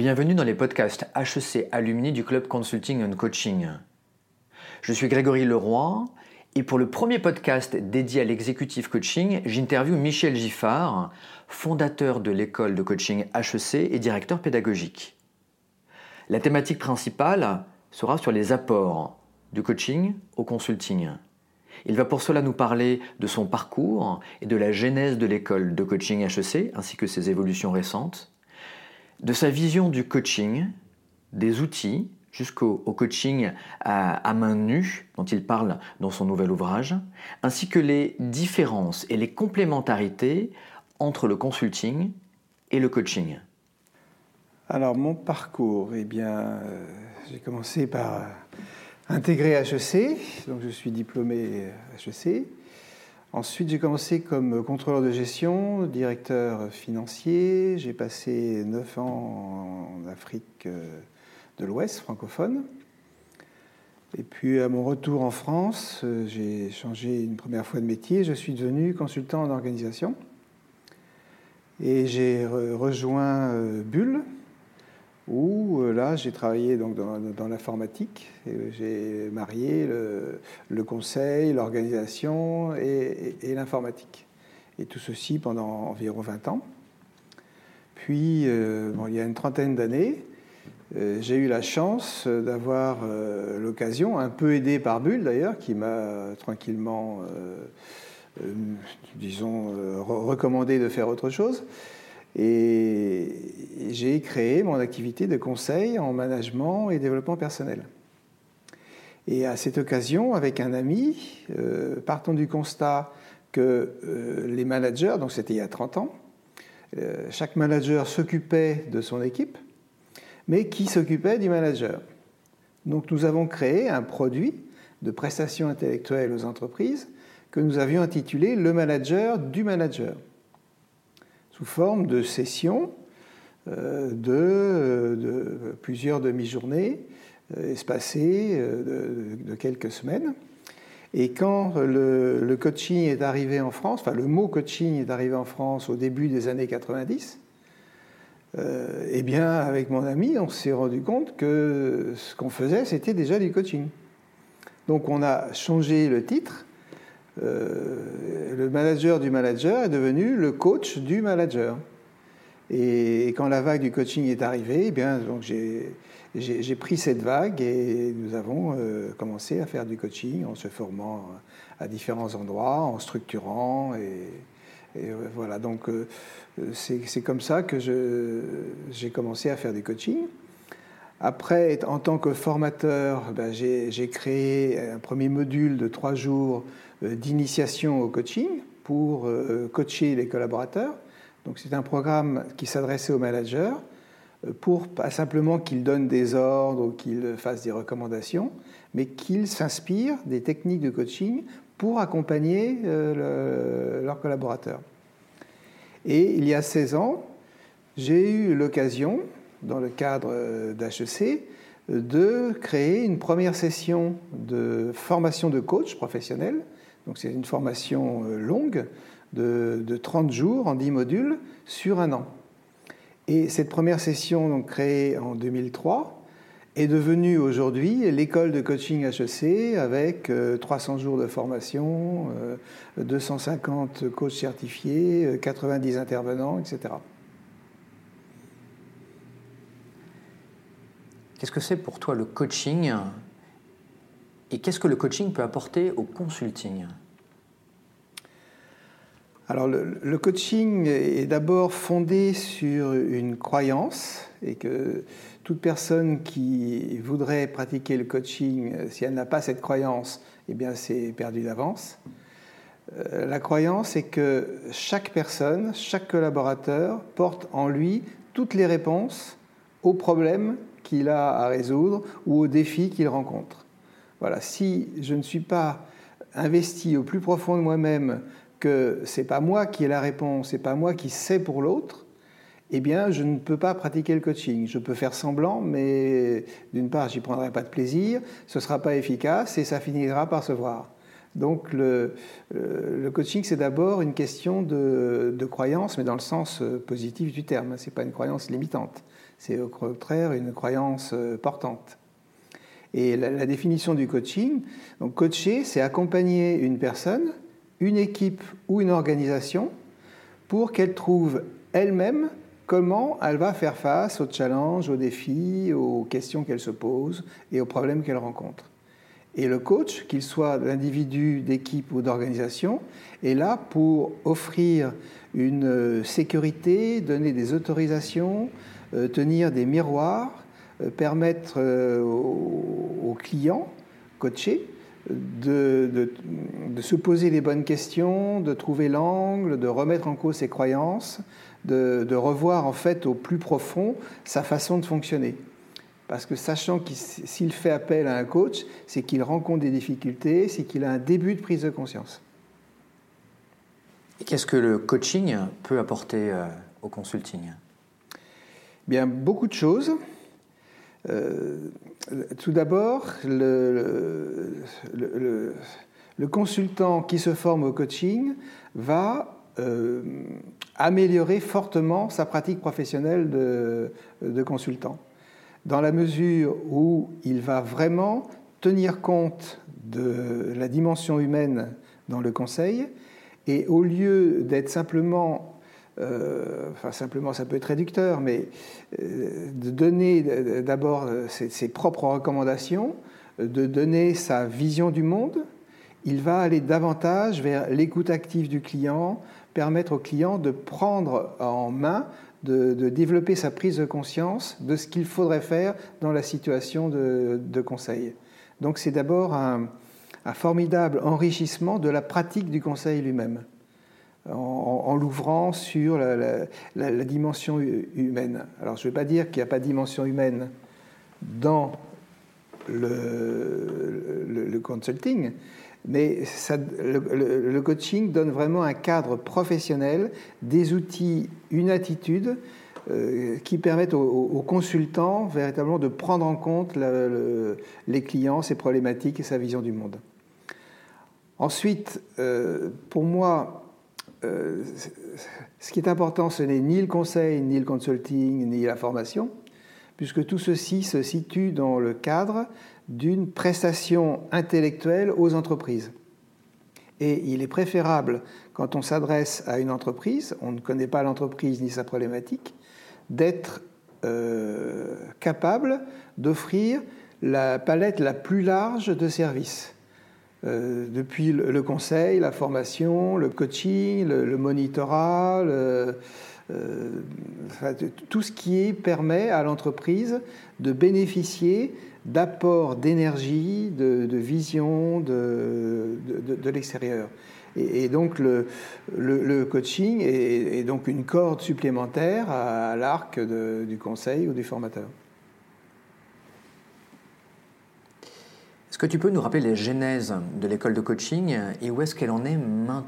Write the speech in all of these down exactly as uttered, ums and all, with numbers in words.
Bienvenue dans les podcasts H E C Alumni du Club Consulting and Coaching. Je suis Grégory Leroy et pour le premier podcast dédié à l'executive coaching, j'interviewe Michel Giffard, fondateur de l'école de coaching H E C et directeur pédagogique. La thématique principale sera sur les apports du coaching au consulting. Il va pour cela nous parler de son parcours et de la genèse de l'école de coaching H E C ainsi que ses évolutions récentes, de sa vision du coaching, des outils, jusqu'au au coaching à, à main nue, dont il parle dans son nouvel ouvrage, ainsi que les différences et les complémentarités entre le consulting et le coaching. Alors, mon parcours, eh bien, euh, j'ai commencé par intégrer H E C, donc je suis diplômé H E C. Ensuite, j'ai commencé comme contrôleur de gestion, directeur financier. J'ai passé neuf ans en Afrique de l'Ouest, francophone. Et puis, à mon retour en France, j'ai changé une première fois de métier. Je suis devenu consultant en organisation. Et j'ai rejoint Bull, où là, j'ai travaillé donc dans, dans l'informatique. Et j'ai marié le, le conseil, l'organisation et, et, et l'informatique. Et tout ceci pendant environ vingt ans. Puis, euh, bon, il y a une trentaine d'années, euh, j'ai eu la chance d'avoir euh, l'occasion, un peu aidé par Bull d'ailleurs, qui m'a tranquillement, euh, euh, disons, euh, recommandé de faire autre chose. Et j'ai créé mon activité de conseil en management et développement personnel. Et à cette occasion, avec un ami, euh, partons du constat que euh, les managers, donc c'était il y a trente ans, euh, chaque manager s'occupait de son équipe, mais qui s'occupait du manager. Donc nous avons créé un produit de prestations intellectuelles aux entreprises que nous avions intitulé « Le manager du manager », sous forme de sessions euh, de, de plusieurs demi-journées euh, espacées euh, de, de quelques semaines. Et quand le, le coaching est arrivé en France, enfin le mot coaching est arrivé en France au début des années quatre-vingt-dix, euh, eh bien avec mon ami, on s'est rendu compte que ce qu'on faisait, c'était déjà du coaching. Donc on a changé le titre. Euh, le manager du manager est devenu le coach du manager. Et, et quand la vague du coaching est arrivée, eh bien, donc j'ai, j'ai, j'ai pris cette vague et nous avons euh, commencé à faire du coaching en se formant à différents endroits, en structurant. Et, et voilà, donc euh, c'est, c'est comme ça que je, j'ai commencé à faire du coaching. Après, en tant que formateur, ben, j'ai, j'ai créé un premier module de trois jours d'initiation au coaching pour euh, coacher les collaborateurs. Donc c'est un programme qui s'adressait aux managers pour pas simplement qu'ils donnent des ordres ou qu'ils fassent des recommandations, mais qu'ils s'inspirent des techniques de coaching pour accompagner euh, le, leurs collaborateurs. Et il y a seize ans, j'ai eu l'occasion, dans le cadre d'H E C, de créer une première session de formation de coach professionnel. Donc c'est une formation longue de, de trente jours en dix modules sur un an. Et cette première session, donc créée en deux mille trois, est devenue aujourd'hui l'école de coaching H E C avec trois cents jours de formation, deux cent cinquante coachs certifiés, quatre-vingt-dix intervenants, et cetera. Qu'est-ce que c'est pour toi le coaching et qu'est-ce que le coaching peut apporter au consulting ? Alors le, le coaching est d'abord fondé sur une croyance et que toute personne qui voudrait pratiquer le coaching, si elle n'a pas cette croyance, eh bien c'est perdu d'avance. Euh, la croyance est que chaque personne, chaque collaborateur porte en lui toutes les réponses aux problèmes qu'il a à résoudre ou aux défis qu'il rencontre. Voilà, si je ne suis pas investi au plus profond de moi-même que ce n'est pas moi qui ai la réponse, ce n'est pas moi qui sais pour l'autre, eh bien, je ne peux pas pratiquer le coaching. Je peux faire semblant, mais d'une part, je n'y prendrai pas de plaisir, ce ne sera pas efficace et ça finira par se voir. Donc le, le coaching, c'est d'abord une question de, de croyance, mais dans le sens positif du terme. Ce n'est pas une croyance limitante, c'est au contraire une croyance portante. Et la, la définition du coaching, donc coacher, c'est accompagner une personne, une équipe ou une organisation pour qu'elle trouve elle-même comment elle va faire face aux challenges, aux défis, aux questions qu'elle se pose et aux problèmes qu'elle rencontre. Et le coach, qu'il soit d'individu, d'équipe ou d'organisation, est là pour offrir une sécurité, donner des autorisations, euh, tenir des miroirs, euh, permettre euh, aux, aux clients coachés de, de, de se poser les bonnes questions, de trouver l'angle, de remettre en cause ses croyances, de, de revoir en fait au plus profond sa façon de fonctionner. Parce que sachant que s'il fait appel à un coach, c'est qu'il rencontre des difficultés, c'est qu'il a un début de prise de conscience. Et qu'est-ce que le coaching peut apporter euh, au consulting ? Bien, beaucoup de choses. Euh, tout d'abord, le, le, le, le consultant qui se forme au coaching va euh, améliorer fortement sa pratique professionnelle de, de consultant, dans la mesure où il va vraiment tenir compte de la dimension humaine dans le conseil, et au lieu d'être simplement, euh, enfin simplement ça peut être réducteur, mais euh, de donner d'abord ses, ses propres recommandations, de donner sa vision du monde, il va aller davantage vers l'écoute active du client, permettre au client de prendre en main, De, de développer sa prise de conscience de ce qu'il faudrait faire dans la situation de, de conseil. Donc c'est d'abord un, un formidable enrichissement de la pratique du conseil lui-même, en, en l'ouvrant sur la, la, la, la dimension humaine. Alors je ne veux pas dire qu'il n'y a pas de dimension humaine dans le, le, le consulting, mais ça, le, le, le coaching donne vraiment un cadre professionnel, des outils, une attitude euh, qui permettent aux, aux consultants véritablement de prendre en compte la, le, les clients, ses problématiques et sa vision du monde. Ensuite, euh, pour moi, euh, ce qui est important, ce n'est ni le conseil, ni le consulting, ni la formation, puisque tout ceci se situe dans le cadre d'une prestation intellectuelle aux entreprises. Et il est préférable, quand on s'adresse à une entreprise, on ne connaît pas l'entreprise ni sa problématique, d'être euh, capable d'offrir la palette la plus large de services. Euh, depuis le, le conseil, la formation, le coaching, le, le monitorat, le, euh, enfin, tout ce qui permet à l'entreprise de bénéficier d'apports d'énergie, de, de vision de, de, de l'extérieur. Et, et donc le, le, le coaching est, est donc une corde supplémentaire à, à l'arc de, du conseil ou du formateur. Est-ce que tu peux nous rappeler les genèses de l'école de coaching et où est-ce qu'elle en est maintenant ?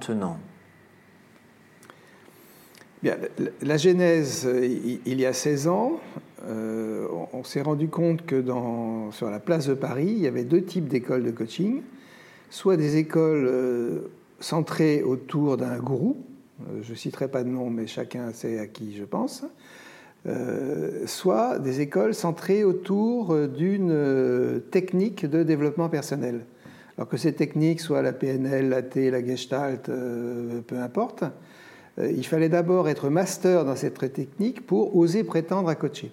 Bien, la genèse, il y a seize ans, euh, on s'est rendu compte que dans, sur la place de Paris, il y avait deux types d'écoles de coaching, soit des écoles euh, centrées autour d'un gourou, euh, je ne citerai pas de nom, mais chacun sait à qui je pense, euh, soit des écoles centrées autour d'une euh, technique de développement personnel. Alors que ces techniques soient la P N L, la T, la Gestalt, euh, peu importe, euh, il fallait d'abord être master dans cette technique pour oser prétendre à coacher.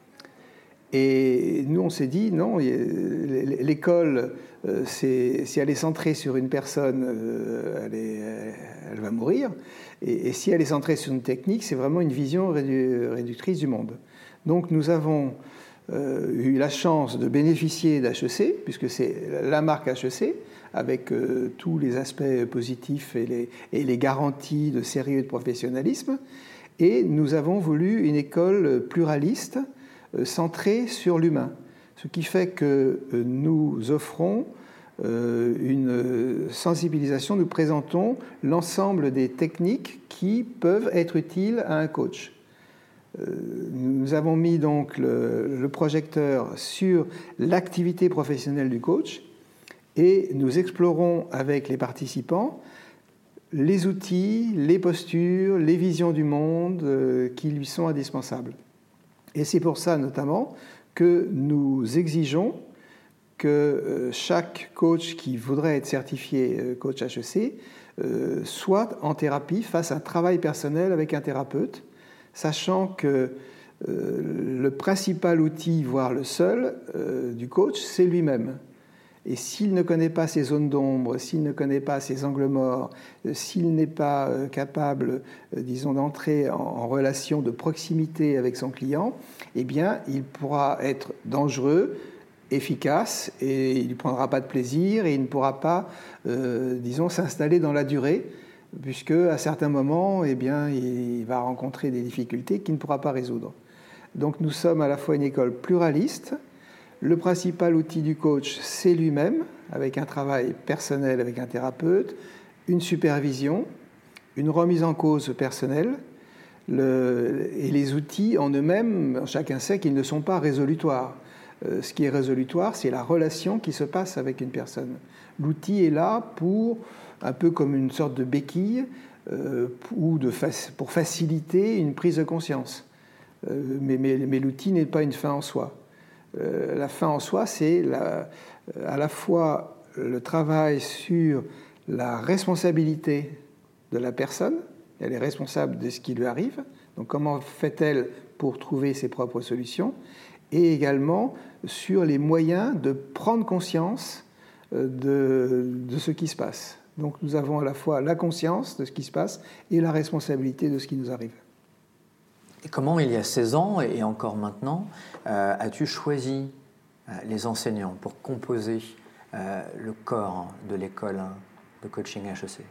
Et nous, on s'est dit, non, l'école, euh, c'est, si elle est centrée sur une personne, euh, elle, est, elle va mourir. Et, et si elle est centrée sur une technique, c'est vraiment une vision rédu, réductrice du monde. Donc nous avons euh, eu la chance de bénéficier d'H E C, puisque c'est la marque H E C, avec euh, tous les aspects positifs et les, et les garanties de sérieux et de professionnalisme. Et nous avons voulu une école pluraliste, centré sur l'humain, ce qui fait que nous offrons une sensibilisation, nous présentons l'ensemble des techniques qui peuvent être utiles à un coach. Nous avons mis donc le, le projecteur sur l'activité professionnelle du coach et nous explorons avec les participants les outils, les postures, les visions du monde euh, qui lui sont indispensables. Et c'est pour ça notamment que nous exigeons que euh, chaque coach qui voudrait être certifié euh, coach H E C euh, soit en thérapie, fasse un travail personnel avec un thérapeute, sachant que euh, le principal outil, voire le seul, euh, du coach, c'est lui-même. Et s'il ne connaît pas ses zones d'ombre, s'il ne connaît pas ses angles morts, s'il n'est pas capable, disons, d'entrer en relation de proximité avec son client, eh bien, il pourra être dangereux, efficace, et il ne prendra pas de plaisir, et il ne pourra pas, euh, disons, s'installer dans la durée, puisque à certains moments, eh bien, il va rencontrer des difficultés qu'il ne pourra pas résoudre. Donc nous sommes à la fois une école pluraliste. Le principal outil du coach, c'est lui-même, avec un travail personnel avec un thérapeute, une supervision, une remise en cause personnelle, le, et les outils en eux-mêmes, chacun sait qu'ils ne sont pas résolutoires. Euh, ce qui est résolutoire, c'est la relation qui se passe avec une personne. L'outil est là pour, un peu comme une sorte de béquille, euh, ou de fa- pour faciliter une prise de conscience. Euh, mais, mais, mais l'outil n'est pas une fin en soi. Euh, la fin en soi, c'est la, à la fois le travail sur la responsabilité de la personne. Elle est responsable de ce qui lui arrive. Donc comment fait-elle pour trouver ses propres solutions? Et également sur les moyens de prendre conscience de, de ce qui se passe. Donc nous avons à la fois la conscience de ce qui se passe et la responsabilité de ce qui nous arrive. Et comment, il y a seize ans et encore maintenant, euh, as-tu choisi euh, les enseignants pour composer euh, le corps de l'école de coaching H E C?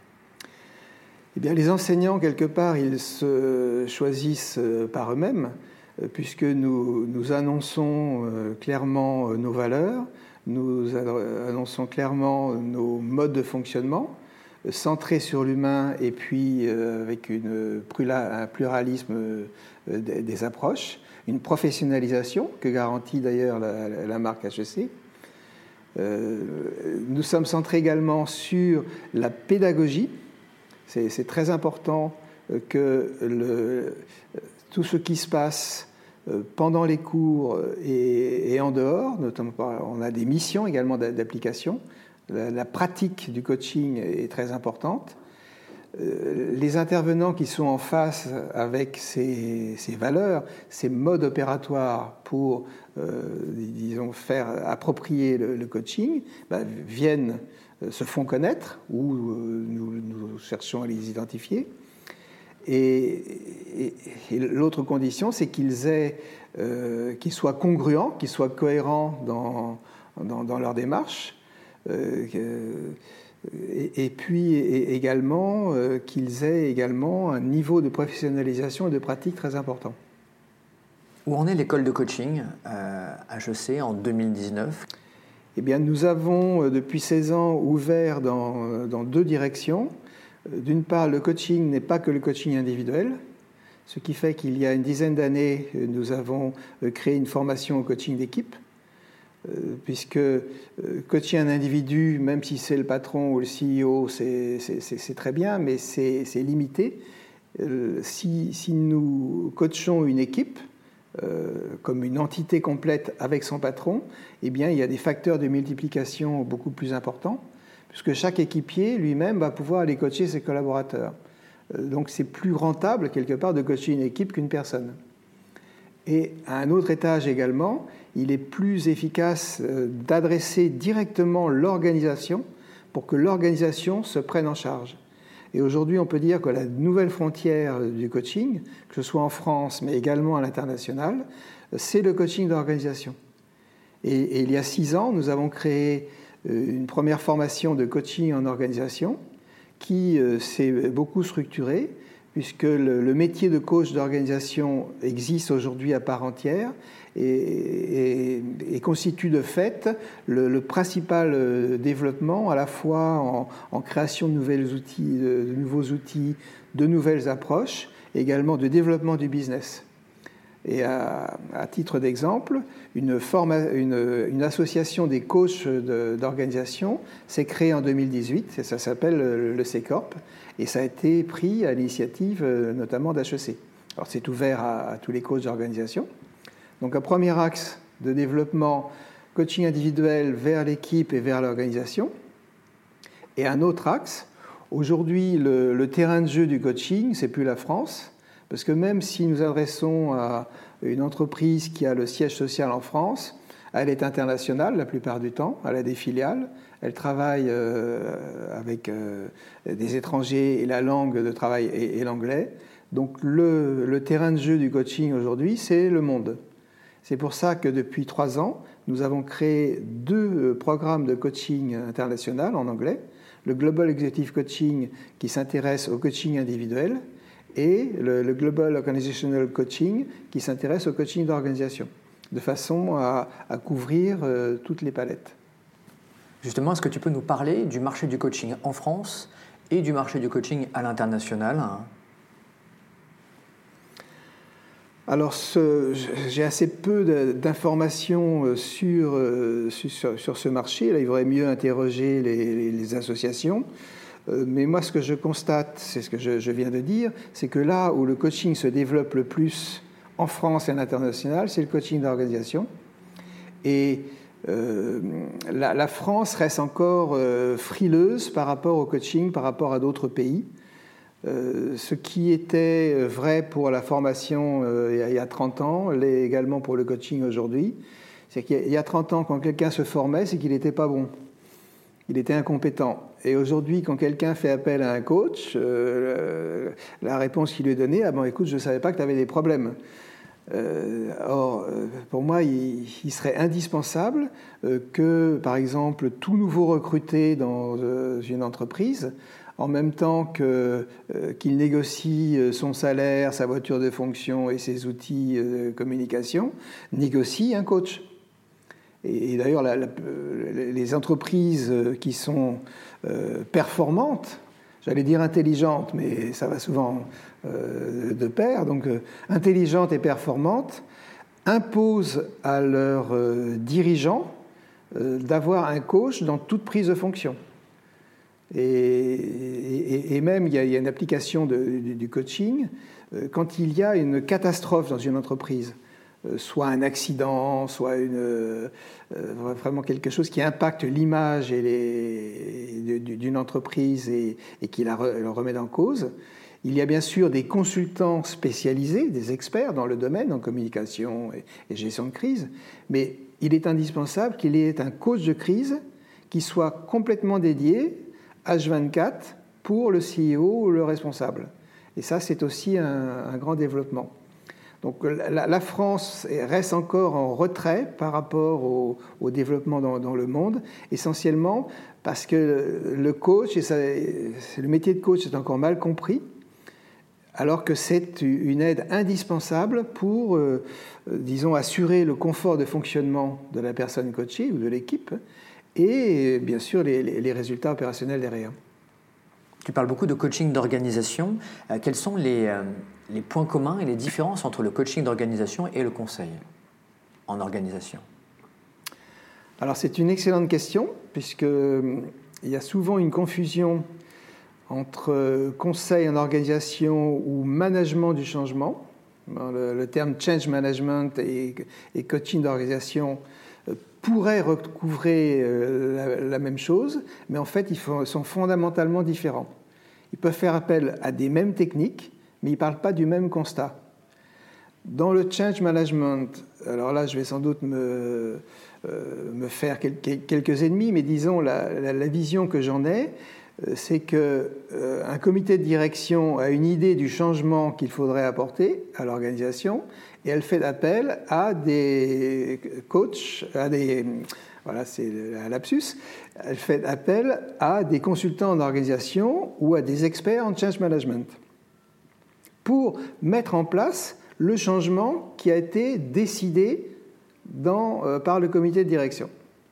Eh bien, les enseignants, quelque part, ils se choisissent par eux-mêmes, puisque nous, nous annonçons euh, clairement nos valeurs, nous annonçons clairement nos modes de fonctionnement, centrés sur l'humain et puis euh, avec une, un pluralisme euh, des, des approches, une professionnalisation que garantit d'ailleurs la, la marque H E C. Euh, nous sommes centrés également sur la pédagogie. C'est, c'est très important que le, tout ce qui se passe pendant les cours et, et en dehors, notamment on a des missions également d'application. La, la pratique du coaching est très importante. Euh, les intervenants qui sont en face avec ces, ces valeurs, ces modes opératoires pour, euh, disons, faire approprier le, le coaching, ben, viennent, euh, se font connaître, ou euh, nous, nous cherchons à les identifier. Et, et, et l'autre condition, c'est qu'ils aient, euh, qu'ils soient congruents, qu'ils soient cohérents dans, dans, dans leur démarche. Euh, et, et puis et également euh, qu'ils aient également un niveau de professionnalisation et de pratique très important. Où en est l'école de coaching euh, H E C en deux mille dix-neuf? Eh bien, nous avons depuis seize ans ouvert dans, dans deux directions. D'une part, le coaching n'est pas que le coaching individuel, ce qui fait qu'il y a une dizaine d'années, nous avons créé une formation au coaching d'équipe, puisque coacher un individu, même si c'est le patron ou le C E O, c'est, c'est, c'est très bien, mais c'est, c'est limité. Si, si nous coachons une équipe, euh, comme une entité complète avec son patron, eh bien, il y a des facteurs de multiplication beaucoup plus importants, puisque chaque équipier lui-même va pouvoir aller coacher ses collaborateurs. Donc c'est plus rentable, quelque part, de coacher une équipe qu'une personne. Et à un autre étage également, il est plus efficace d'adresser directement l'organisation pour que l'organisation se prenne en charge. Et aujourd'hui, on peut dire que la nouvelle frontière du coaching, que ce soit en France, mais également à l'international, c'est le coaching d'organisation. Et, et il y a six ans, nous avons créé une première formation de coaching en organisation qui s'est beaucoup structurée, puisque le, le métier de coach d'organisation existe aujourd'hui à part entière et, et, et constitue de fait le, le principal développement à la fois en, en création de, nouvelles outils, de, de nouveaux outils, de nouvelles approches, et également de développement du business. Et à, à titre d'exemple, une, forma, une, une association des coachs de, d'organisation s'est créée en deux mille dix-huit, et ça s'appelle le C Corp, et ça a été pris à l'initiative notamment d'H E C. Alors c'est ouvert à, à tous les coachs d'organisation. Donc un premier axe de développement, coaching individuel vers l'équipe et vers l'organisation. Et un autre axe, aujourd'hui le, le terrain de jeu du coaching, c'est plus la France, parce que même si nous adressons à une entreprise qui a le siège social en France, elle est internationale la plupart du temps, elle a des filiales, elle travaille avec des étrangers et la langue de travail est l'anglais. Donc le, le terrain de jeu du coaching aujourd'hui, c'est le monde. C'est pour ça que depuis trois ans, nous avons créé deux programmes de coaching international en anglais, le Global Executive Coaching qui s'intéresse au coaching individuel, et le, le Global Organizational Coaching qui s'intéresse au coaching d'organisation, de façon à, à couvrir euh, toutes les palettes. Justement, est-ce que tu peux nous parler du marché du coaching en France et du marché du coaching à l'international ? Alors, ce, j'ai assez peu de, d'informations sur, sur, sur ce marché. Là, il vaudrait mieux interroger les, les, les associations. Mais moi, ce que je constate, c'est ce que je, je viens de dire, c'est que là où le coaching se développe le plus en France et à l'international, c'est le coaching d'organisation. Et euh, la, la France reste encore euh, frileuse par rapport au coaching, par rapport à d'autres pays. Euh, ce qui était vrai pour la formation euh, il y a trente ans, l'est également pour le coaching aujourd'hui. C'est qu'il y a trente ans, quand quelqu'un se formait, c'est qu'il n'était pas bon. Il était incompétent. Et aujourd'hui, quand quelqu'un fait appel à un coach, euh, la réponse qu'il lui est donnée, ah bon, écoute, je ne savais pas que tu avais des problèmes. Euh, or, pour moi, il, il serait indispensable euh, que, par exemple, tout nouveau recruté dans euh, une entreprise, en même temps que, euh, qu'il négocie son salaire, sa voiture de fonction et ses outils de communication, négocie un coach. Et d'ailleurs, la, la, les entreprises qui sont euh, performantes, j'allais dire intelligentes, mais ça va souvent euh, de pair, donc euh, intelligentes et performantes, imposent à leurs euh, dirigeants euh, d'avoir un coach dans toute prise de fonction. Et, et, et même, il y, a, il y a une application de, du, du coaching, euh, quand il y a une catastrophe dans une entreprise, soit un accident, soit une, euh, vraiment quelque chose qui impacte l'image et les, d'une entreprise et, et qui la remet en cause. Il y a bien sûr des consultants spécialisés, des experts dans le domaine, en communication et, et gestion de crise, mais il est indispensable qu'il y ait un coach de crise qui soit complètement dédié, H vingt-quatre, pour le C E O ou le responsable. Et ça, c'est aussi un, un grand développement. Donc la, la France reste encore en retrait par rapport au, au développement dans, dans le monde, essentiellement parce que le coach, et ça, le métier de coach est encore mal compris, alors que c'est une aide indispensable pour, euh, disons, assurer le confort de fonctionnement de la personne coachée ou de l'équipe, et bien sûr les, les résultats opérationnels derrière. Tu parles beaucoup de coaching d'organisation. Euh, quels sont les, euh, les points communs et les différences entre le coaching d'organisation et le conseil en organisation ? Alors c'est une excellente question, puisqu'il y a souvent une confusion entre conseil en organisation ou management du changement. Le, le terme change management et, et coaching d'organisation pourraient recouvrer la, la même chose, mais en fait, ils sont fondamentalement différents. Ils peuvent faire appel à des mêmes techniques, mais ils ne parlent pas du même constat. Dans le change management, alors là, je vais sans doute me, euh, me faire quelques, quelques ennemis, mais disons, la, la, la vision que j'en ai, c'est qu'un euh, comité de direction a une idée du changement qu'il faudrait apporter à l'organisation, et elle fait appel à des coachs, à des, voilà, c'est un lapsus, elle fait appel à des consultants en organisation ou à des experts en change management pour mettre en place le changement qui a été décidé dans, euh, par le comité de direction.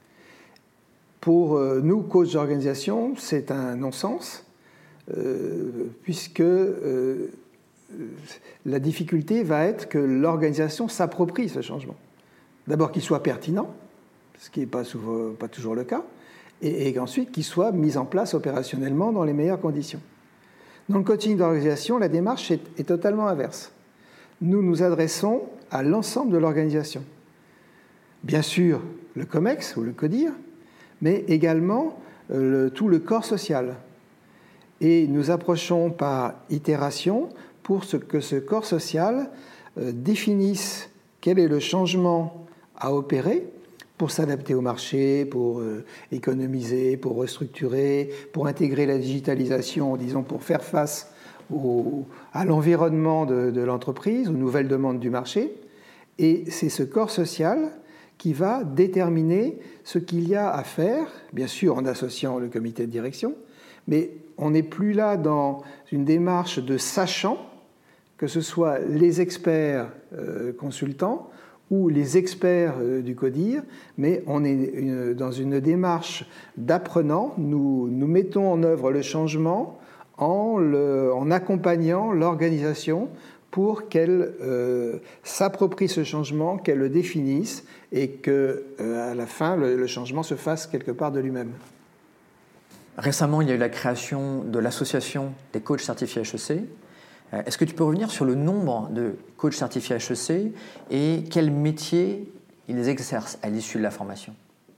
Pour euh, nous, coachs d'organisation, c'est un non-sens, euh, puisque euh, la difficulté va être que l'organisation s'approprie ce changement. D'abord qu'il soit pertinent, ce qui n'est pas, souvent, pas toujours le cas, et, et ensuite qu'il soit mis en place opérationnellement dans les meilleures conditions. Dans le coaching d'organisation, la démarche est, est totalement inverse. Nous nous adressons à l'ensemble de l'organisation. Bien sûr, le COMEX ou le CODIR, mais également euh, le, tout le corps social. Et nous approchons par itération pour ce que ce corps social euh, définisse quel est le changement à opérer pour s'adapter au marché, pour euh, économiser, pour restructurer, pour intégrer la digitalisation, disons, pour faire face au, à l'environnement de, de l'entreprise, aux nouvelles demandes du marché. Et c'est ce corps social qui va déterminer ce qu'il y a à faire, bien sûr en associant le comité de direction, mais on n'est plus là dans une démarche de sachant, que ce soit les experts euh, consultants ou les experts euh, du CODIR, mais on est une, dans une démarche d'apprenant. Nous, nous mettons en œuvre le changement en, le, en accompagnant l'organisation pour qu'elle euh, s'approprie ce changement, qu'elle le définisse et qu'à euh, la fin, le, le changement se fasse quelque part de lui-même. Récemment, il y a eu la création de l'association des coachs certifiés H E C. Est-ce que tu peux revenir sur le nombre de coachs certifiés H E C et quel métier ils exercent à l'issue de la formation ?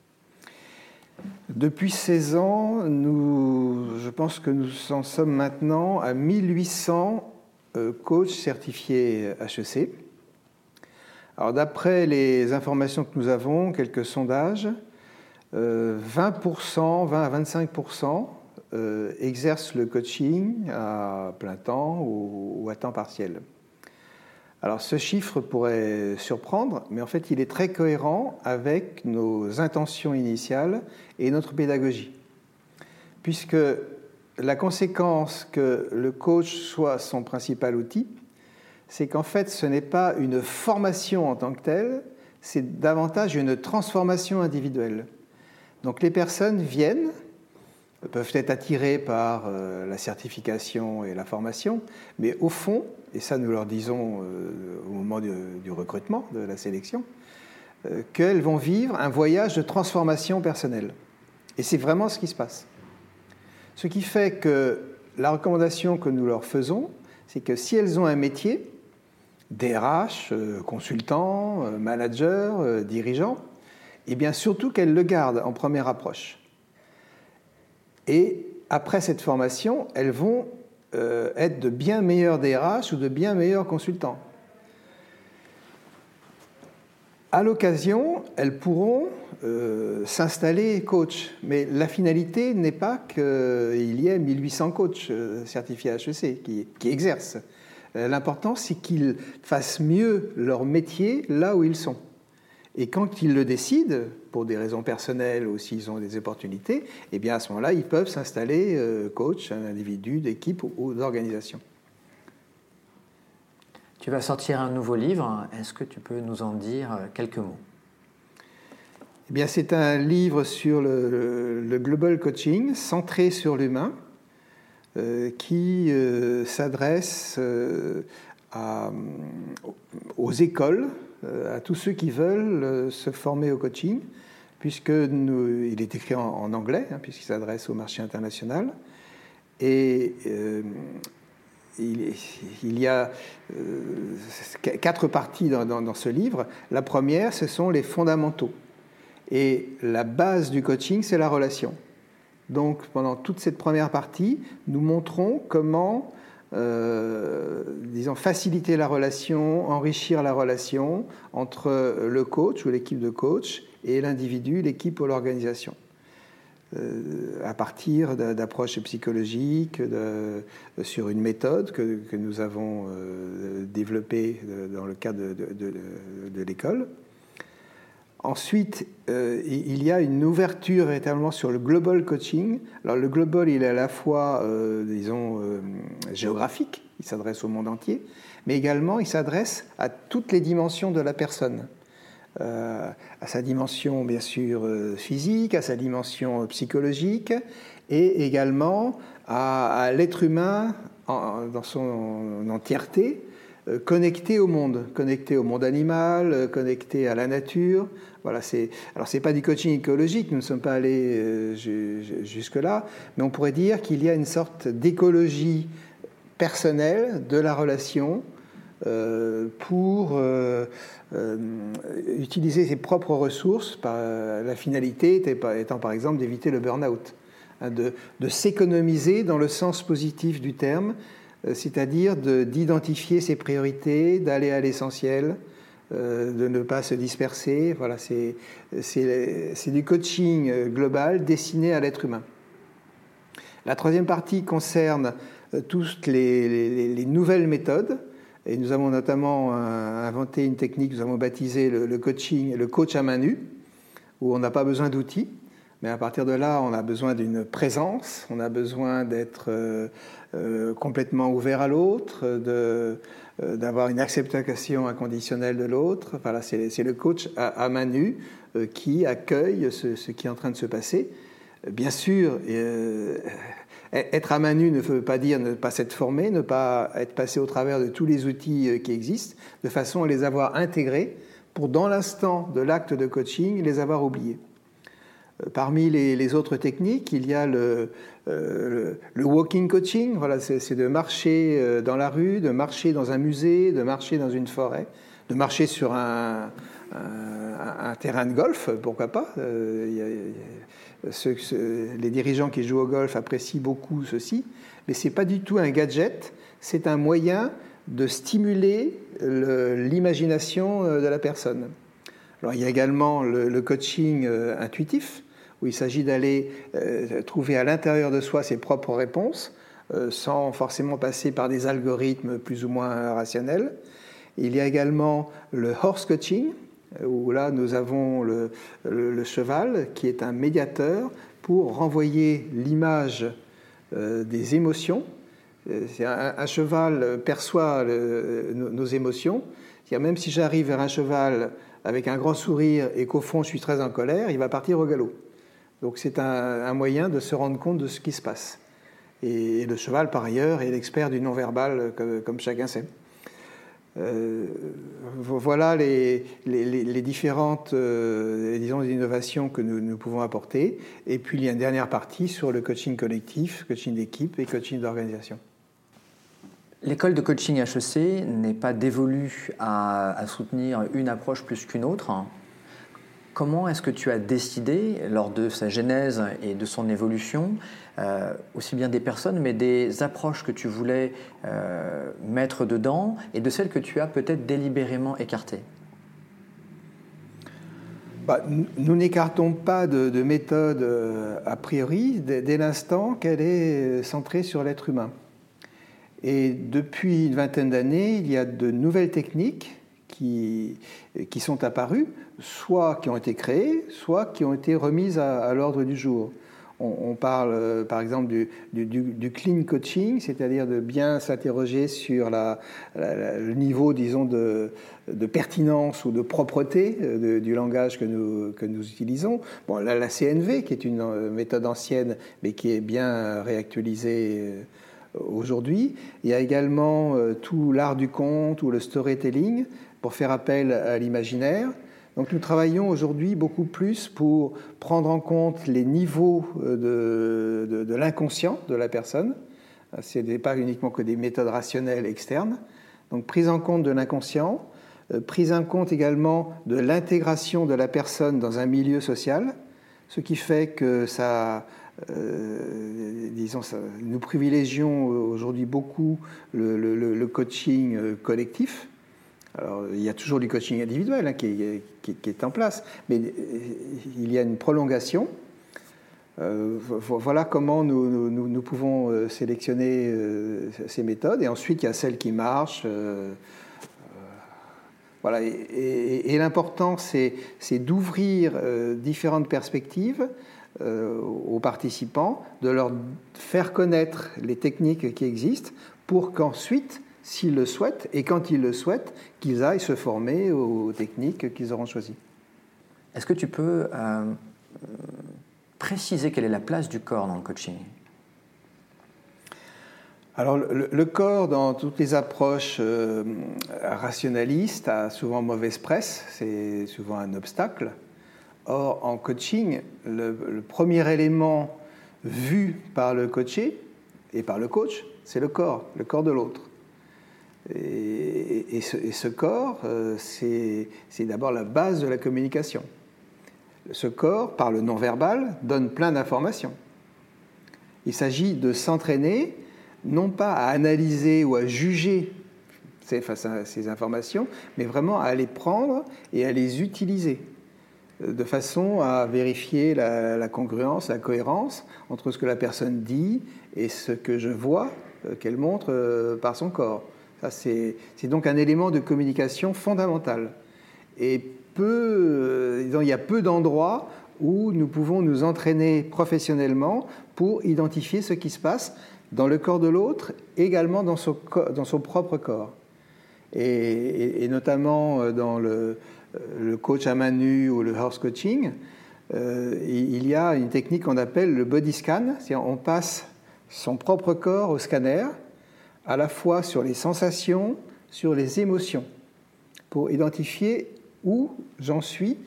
Depuis seize ans, nous, je pense que nous en sommes maintenant à mille huit cents coachs certifiés H E C. Alors, d'après les informations que nous avons, quelques sondages, vingt pour cent, vingt à vingt-cinq pour cent Euh, exercent le coaching à plein temps ou, ou à temps partiel. Alors ce chiffre pourrait surprendre, mais en fait il est très cohérent avec nos intentions initiales et notre pédagogie. Puisque la conséquence que le coach soit son principal outil, c'est qu'en fait ce n'est pas une formation en tant que telle, c'est davantage une transformation individuelle. Donc les personnes viennent, peuvent être attirés par euh, la certification et la formation, mais au fond, et ça nous leur disons euh, au moment du, du recrutement, de la sélection, euh, qu'elles vont vivre un voyage de transformation personnelle. Et c'est vraiment ce qui se passe. Ce qui fait que la recommandation que nous leur faisons, c'est que si elles ont un métier, D R H, euh, consultant, euh, manager, euh, dirigeant, et bien surtout qu'elles le gardent en première approche. Et après cette formation, elles vont euh, être de bien meilleurs D R H ou de bien meilleurs consultants. À l'occasion, elles pourront euh, s'installer coach. Mais la finalité n'est pas qu'il y ait mille huit cents coachs certifiés H E C qui, qui exercent. L'important, c'est qu'ils fassent mieux leur métier là où ils sont. Et quand ils le décident, pour des raisons personnelles ou s'ils ont des opportunités, eh bien à ce moment-là, ils peuvent s'installer euh, coach, un individu, d'équipe ou, ou d'organisation. Tu vas sortir un nouveau livre. Est-ce que tu peux nous en dire quelques mots ? Eh bien, c'est un livre sur le, le, le global coaching, centré sur l'humain, euh, qui euh, s'adresse euh, à, aux écoles, à tous ceux qui veulent se former au coaching, puisque nous, il est écrit en, en anglais, hein, puisqu'il s'adresse au marché international. Et euh, il, il y a euh, quatre parties dans, dans, dans ce livre. La première, ce sont les fondamentaux. Et la base du coaching, c'est la relation. Donc, pendant toute cette première partie, nous montrons comment Euh, disons, faciliter la relation, enrichir la relation entre le coach ou l'équipe de coach et l'individu, l'équipe ou l'organisation. Euh, à partir d'approches psychologiques, de, sur une méthode que, que nous avons euh, développée dans le cadre de, de, de, de l'école. Ensuite, euh, il y a une ouverture véritablement sur le global coaching. Alors, le global, il est à la fois, euh, disons, euh, géographique, il s'adresse au monde entier, mais également, il s'adresse à toutes les dimensions de la personne. Euh, à sa dimension, bien sûr, euh, physique, à sa dimension psychologique, et également à, à l'être humain en, dans son entièreté, euh, connecté au monde, connecté au monde animal, euh, connecté à la nature. Voilà, c'est, alors, ce n'est pas du coaching écologique, nous ne sommes pas allés euh, jusque-là, mais on pourrait dire qu'il y a une sorte d'écologie personnelle de la relation euh, pour euh, euh, utiliser ses propres ressources, par, la finalité étant, étant par exemple d'éviter le burn-out, hein, de, de s'économiser dans le sens positif du terme, euh, c'est-à-dire de, d'identifier ses priorités, d'aller à l'essentiel, euh, de ne pas se disperser. Voilà, c'est, c'est, c'est du coaching global destiné à l'être humain. La troisième partie concerne toutes les, les, les nouvelles méthodes. Et nous avons notamment inventé une technique que nous avons baptisée le, le coaching, le coach à main nue, où on n'a pas besoin d'outils, mais à partir de là, on a besoin d'une présence, on a besoin d'être euh, euh, complètement ouvert à l'autre, de, euh, d'avoir une acceptation inconditionnelle de l'autre. Voilà, c'est, c'est le coach à, à main nue euh, qui accueille ce, ce qui est en train de se passer. Bien sûr, euh, être à main nue ne veut pas dire ne pas s'être formé, ne pas être passé au travers de tous les outils qui existent, de façon à les avoir intégrés pour, dans l'instant de l'acte de coaching, les avoir oubliés. Parmi les, les autres techniques, il y a le, euh, le, le walking coaching. Voilà, c'est, c'est de marcher dans la rue, de marcher dans un musée, de marcher dans une forêt, de marcher sur un, un, un terrain de golf, pourquoi pas. Euh, il y a, il y a, Ceux, ceux, les dirigeants qui jouent au golf apprécient beaucoup ceci, mais ce n'est pas du tout un gadget, c'est un moyen de stimuler le, l'imagination de la personne. Alors, il y a également le, le coaching euh, intuitif, où il s'agit d'aller euh, trouver à l'intérieur de soi ses propres réponses, euh, sans forcément passer par des algorithmes plus ou moins rationnels. Il y a également le horse coaching, où là nous avons le, le, le cheval qui est un médiateur pour renvoyer l'image euh, des émotions. C'est un, un cheval perçoit le, nos, nos émotions. C'est-à-dire même si j'arrive vers un cheval avec un grand sourire et qu'au fond je suis très en colère, il va partir au galop. Donc c'est un, un moyen de se rendre compte de ce qui se passe. Et, et le cheval par ailleurs est l'expert du non-verbal comme, comme chacun sait. Euh, voilà les, les, les différentes euh, disons, innovations que nous, nous pouvons apporter. Et puis il y a une dernière partie sur le coaching collectif, coaching d'équipe et coaching d'organisation. L'école de coaching H E C n'est pas dévolue à, à soutenir une approche plus qu'une autre. Comment est-ce que tu as décidé, lors de sa genèse et de son évolution, euh, aussi bien des personnes, mais des approches que tu voulais euh, mettre dedans et de celles que tu as peut-être délibérément écartées? Bah, nous n'écartons pas de, de méthode euh, a priori dès, dès l'instant qu'elle est centrée sur l'être humain. Et depuis une vingtaine d'années, il y a de nouvelles techniques qui, qui sont apparues, soit qui ont été créées, soit qui ont été remises à, à l'ordre du jour. On, on parle euh, par exemple du, du, du clean coaching, c'est-à-dire de bien s'interroger sur la, la, la, le niveau, disons, de, de pertinence ou de propreté de, du langage que nous, que nous utilisons. Bon, la, la C N V, qui est une méthode ancienne, mais qui est bien réactualisée aujourd'hui. Il y a également euh, tout l'art du conte ou le storytelling pour faire appel à l'imaginaire. Donc nous travaillons aujourd'hui beaucoup plus pour prendre en compte les niveaux de, de, de l'inconscient de la personne. Ce n'est pas uniquement que des méthodes rationnelles externes. Donc prise en compte de l'inconscient, euh, prise en compte également de l'intégration de la personne dans un milieu social, ce qui fait que ça... Euh, disons, ça, nous privilégions aujourd'hui beaucoup le, le, le coaching collectif. Alors, il y a toujours du coaching individuel hein, qui, est, qui, qui est en place, mais il y a une prolongation. Euh, voilà comment nous, nous, nous pouvons sélectionner euh, ces méthodes. Et ensuite, il y a celles qui marchent. Euh, voilà. Et, et, et l'important, c'est, c'est d'ouvrir euh, différentes perspectives Euh, aux participants, de leur faire connaître les techniques qui existent pour qu'ensuite, s'ils le souhaitent, et quand ils le souhaitent, qu'ils aillent se former aux techniques qu'ils auront choisies. Est-ce que tu peux euh, préciser quelle est la place du corps dans le coaching ? Alors, le, le corps, dans toutes les approches euh, rationalistes, a souvent mauvaise presse, c'est souvent un obstacle. Or, en coaching, le, le premier élément vu par le coaché et par le coach, c'est le corps, le corps de l'autre. Et, et, ce, et ce corps, euh, c'est, c'est d'abord la base de la communication. Ce corps, par le non-verbal, donne plein d'informations. Il s'agit de s'entraîner, non pas à analyser ou à juger ces, face à ces informations, mais vraiment à les prendre et à les utiliser, de façon à vérifier la, la congruence, la cohérence entre ce que la personne dit et ce que je vois euh, qu'elle montre euh, par son corps. Ça, c'est, c'est donc un élément de communication fondamental. Et peu, euh, il y a peu d'endroits où nous pouvons nous entraîner professionnellement pour identifier ce qui se passe dans le corps de l'autre, également dans son, dans son propre corps. Et, et, et notamment dans le, le coach à main nue ou le horse coaching, euh, il y a une technique qu'on appelle le body scan, c'est-à-dire on passe son propre corps au scanner, à la fois sur les sensations, sur les émotions, pour identifier où j'en suis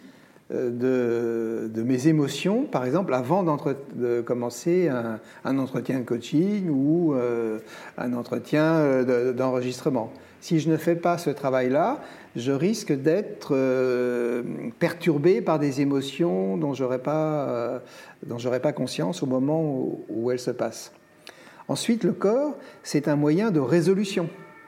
De, de mes émotions, par exemple, avant de commencer un, un entretien de coaching ou euh, un entretien de, d'enregistrement. Si je ne fais pas ce travail-là, je risque d'être euh, perturbé par des émotions dont je n'aurais pas, euh, dont j'aurais pas conscience au moment où, où elles se passent. Ensuite, le corps, c'est un moyen de résolution.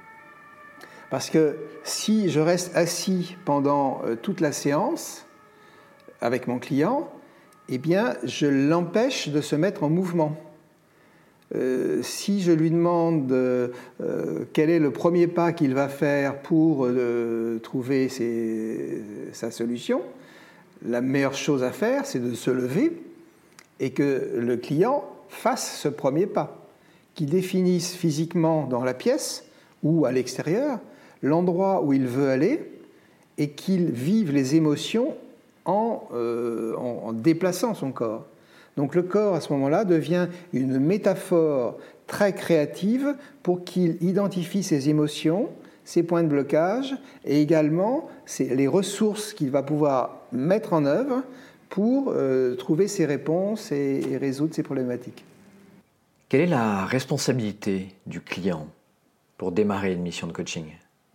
Parce que si je reste assis pendant euh, toute la séance, avec mon client, eh bien, je l'empêche de se mettre en mouvement. Euh, si je lui demande euh, quel est le premier pas qu'il va faire pour euh, trouver ses, sa solution, la meilleure chose à faire, c'est de se lever et que le client fasse ce premier pas, qu'il définisse physiquement dans la pièce ou à l'extérieur l'endroit où il veut aller et qu'il vive les émotions En, euh, en, en déplaçant son corps. Donc le corps, à ce moment-là, devient une métaphore très créative pour qu'il identifie ses émotions, ses points de blocage, et également les ressources qu'il va pouvoir mettre en œuvre pour euh, trouver ses réponses et, et résoudre ses problématiques. Quelle est la responsabilité du client pour démarrer une mission de coaching ?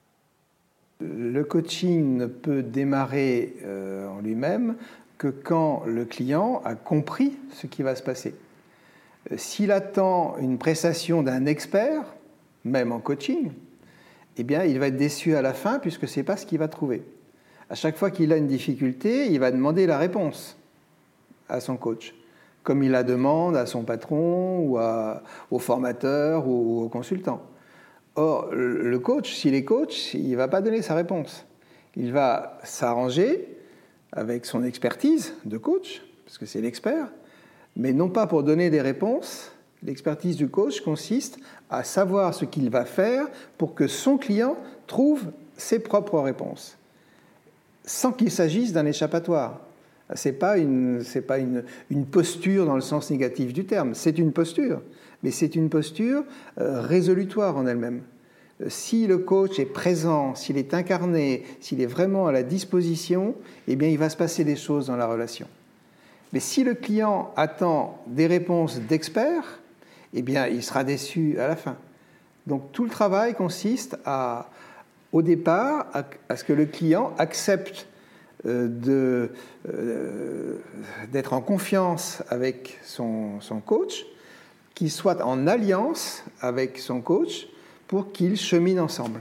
Le coaching ne peut démarrer euh, en lui-même que quand le client a compris ce qui va se passer. Euh, s'il attend une prestation d'un expert, même en coaching, eh bien, il va être déçu à la fin puisque ce n'est pas ce qu'il va trouver. À chaque fois qu'il a une difficulté, il va demander la réponse à son coach, comme il la demande à son patron ou à, au formateur ou au consultant. Or, le coach, s'il est coach, il ne va pas donner sa réponse. Il va s'arranger avec son expertise de coach, parce que c'est l'expert, mais non pas pour donner des réponses. L'expertise du coach consiste à savoir ce qu'il va faire pour que son client trouve ses propres réponses, sans qu'il s'agisse d'un échappatoire. Ce n'est pas, une, c'est pas une, une posture dans le sens négatif du terme, c'est une posture. Mais c'est une posture euh, résolutoire en elle-même. Euh, si le coach est présent, s'il est incarné, s'il est vraiment à la disposition, eh bien, il va se passer des choses dans la relation. Mais si le client attend des réponses d'experts, eh bien, il sera déçu à la fin. Donc, tout le travail consiste à, au départ à, à ce que le client accepte euh, de, euh, d'être en confiance avec son, son coach, qu'il soit en alliance avec son coach pour qu'ils cheminent ensemble.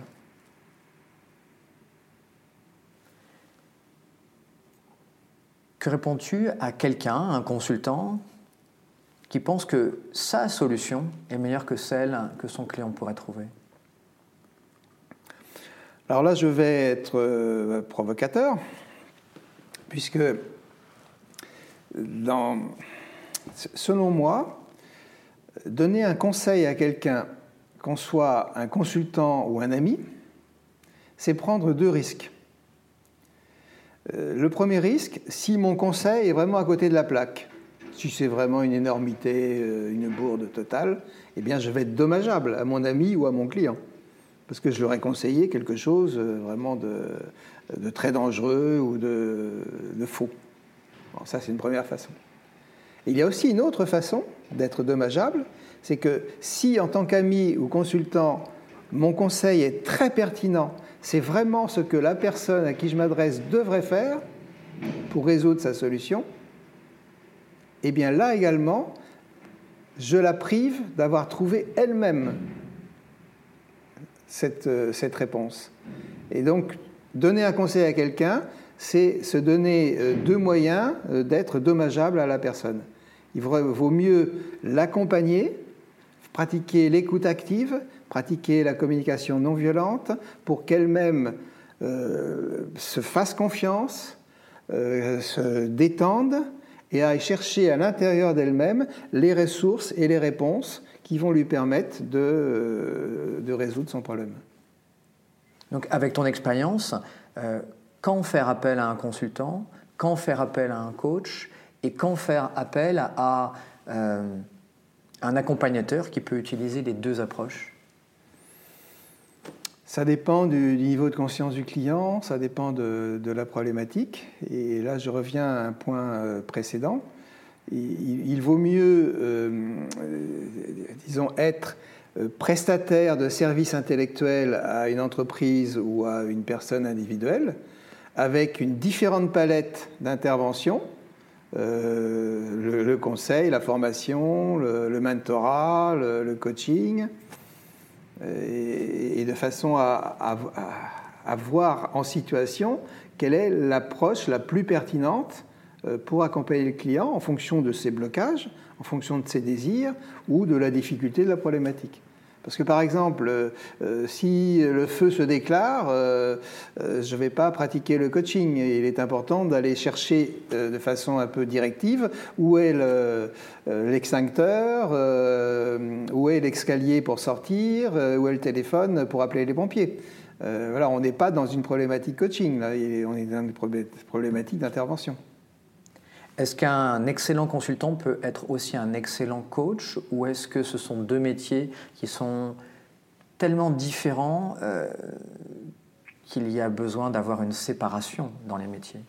Que réponds-tu à quelqu'un, un consultant, qui pense que sa solution est meilleure que celle que son client pourrait trouver ? Alors là, je vais être euh, provocateur, puisque dans, selon moi, donner un conseil à quelqu'un, qu'on soit un consultant ou un ami, c'est prendre deux risques. Le premier risque, si mon conseil est vraiment à côté de la plaque, Si c'est vraiment une énormité, une bourde totale, eh bien, je vais être dommageable à mon ami ou à mon client. Parce que je leur ai conseillé quelque chose vraiment de, de très dangereux ou de, de faux. Bon, ça, c'est une première façon. Et il y a aussi une autre façon d'être dommageable, c'est que si, en tant qu'ami ou consultant, mon conseil est très pertinent, c'est vraiment ce que la personne à qui je m'adresse devrait faire pour résoudre sa solution, eh bien là également, je la prive d'avoir trouvé elle-même cette, cette réponse. Et donc, donner un conseil à quelqu'un, c'est se donner deux moyens d'être dommageable à la personne. Il vaut mieux l'accompagner, pratiquer l'écoute active, pratiquer la communication non violente pour qu'elle-même euh, se fasse confiance, euh, se détende et aille chercher à l'intérieur d'elle-même les ressources et les réponses qui vont lui permettre de, euh, de résoudre son problème. Donc avec ton expérience, euh, quand faire appel à un consultant, quand faire appel à un coach et quand faire appel à euh, un accompagnateur qui peut utiliser les deux approches? Ça dépend du, du niveau de conscience du client, ça dépend de, de la problématique. Et là, je reviens à un point euh, précédent. Il, il vaut mieux, euh, euh, disons, être prestataire de services intellectuels à une entreprise ou à une personne individuelle, avec une différente palette d'interventions, euh, le, le conseil, la formation, le, le mentorat, le, le coaching, et, et de façon à, à, à voir en situation quelle est l'approche la plus pertinente pour accompagner le client en fonction de ses blocages, en fonction de ses désirs ou de la difficulté de la problématique. Parce que par exemple, euh, si le feu se déclare, euh, euh, je ne vais pas pratiquer le coaching. Il est important d'aller chercher euh, de façon un peu directive où est le, euh, l'extincteur, euh, où est l'escalier pour sortir, euh, où est le téléphone pour appeler les pompiers. Euh, voilà, on n'est pas dans une problématique coaching, là, on est dans une problématique d'intervention. Est-ce qu'un excellent consultant peut être aussi un excellent coach, ou est-ce que ce sont deux métiers qui sont tellement différents euh, qu'il y a besoin d'avoir une séparation dans les métiers?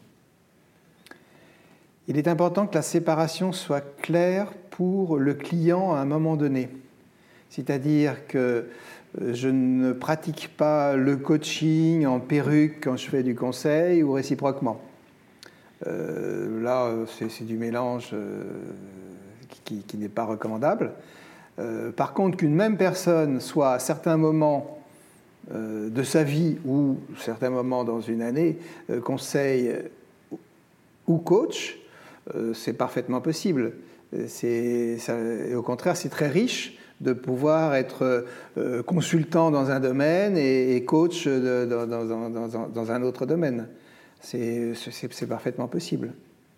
Il est important que la séparation soit claire pour le client à un moment donné. C'est-à-dire que je ne pratique pas le coaching en perruque quand je fais du conseil ou réciproquement. Euh, là, c'est, c'est du mélange euh, qui, qui n'est pas recommandable. Euh, par contre, qu'une même personne soit à certains moments euh, de sa vie ou certains moments dans une année euh, conseil ou coach, euh, c'est parfaitement possible. C'est, ça, et au contraire, c'est très riche de pouvoir être euh, consultant dans un domaine et, et coach de, dans, dans, dans, dans un autre domaine. C'est, c'est, c'est parfaitement possible.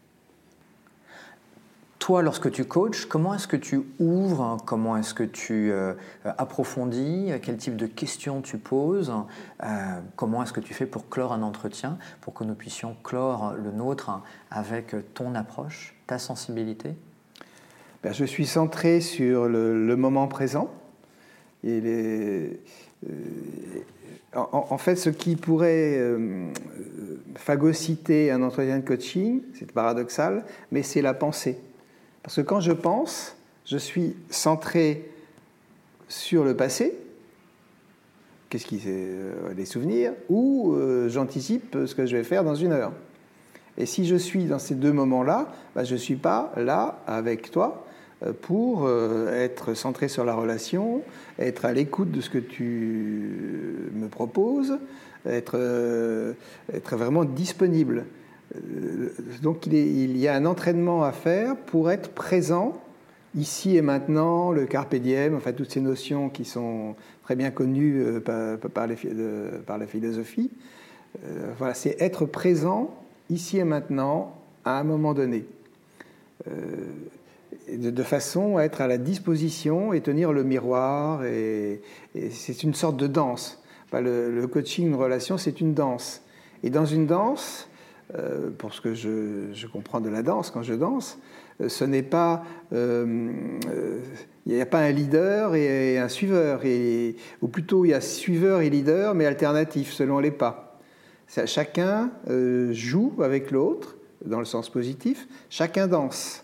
Toi, lorsque tu coaches, comment est-ce que tu ouvres? Comment est-ce que tu euh, approfondis? Quel type de questions tu poses? euh, Comment est-ce que tu fais pour clore un entretien, pour que nous puissions clore le nôtre avec ton approche, ta sensibilité? Ben, je suis centré sur le, le moment présent. Et les, euh, en, en fait, ce qui pourrait euh, phagocyter un entretien de coaching, c'est paradoxal, mais c'est la pensée. Parce que quand je pense, je suis centré sur le passé, qu'est-ce qui c'est, euh, les souvenirs, ou euh, j'anticipe ce que je vais faire dans une heure. Et si je suis dans ces deux moments-là, ben, je ne suis pas là avec toi pour être centré sur la relation, être à l'écoute de ce que tu me proposes, être, être vraiment disponible. Donc il, est, il y a un entraînement à faire pour être présent ici et maintenant, le carpe diem, enfin toutes ces notions qui sont très bien connues par, par, les, par la philosophie. Voilà, c'est être présent ici et maintenant à un moment donné. Euh, de façon à être à la disposition et tenir le miroir. Et, et c'est une sorte de danse. Enfin, le, le coaching, une relation, c'est une danse. Et dans une danse, euh, pour ce que je, je comprends de la danse, quand je danse, ce n'est pas... Euh, euh, il n'y a pas un leader et un suiveur, et, ou plutôt il y a suiveur et leader, mais alternatif selon les pas. Chacun euh, joue avec l'autre, dans le sens positif, chacun danse.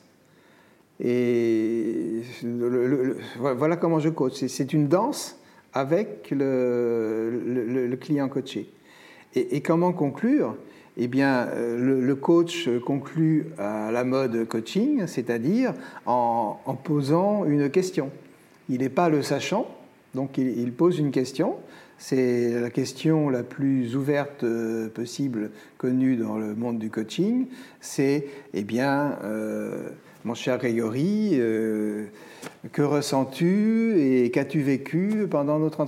Et le, le, le, voilà comment je coach. C'est, c'est une danse avec le, le, le client coaché. Et, et comment conclure ? Eh bien, le, le coach conclut à la mode coaching, c'est-à-dire en, en posant une question. Il n'est pas le sachant, donc il, il pose une question. C'est la question la plus ouverte possible connue dans le monde du coaching. C'est, eh bien, euh, mon cher Grégory, euh, que ressens-tu et qu'as-tu vécu pendant notre entretien ?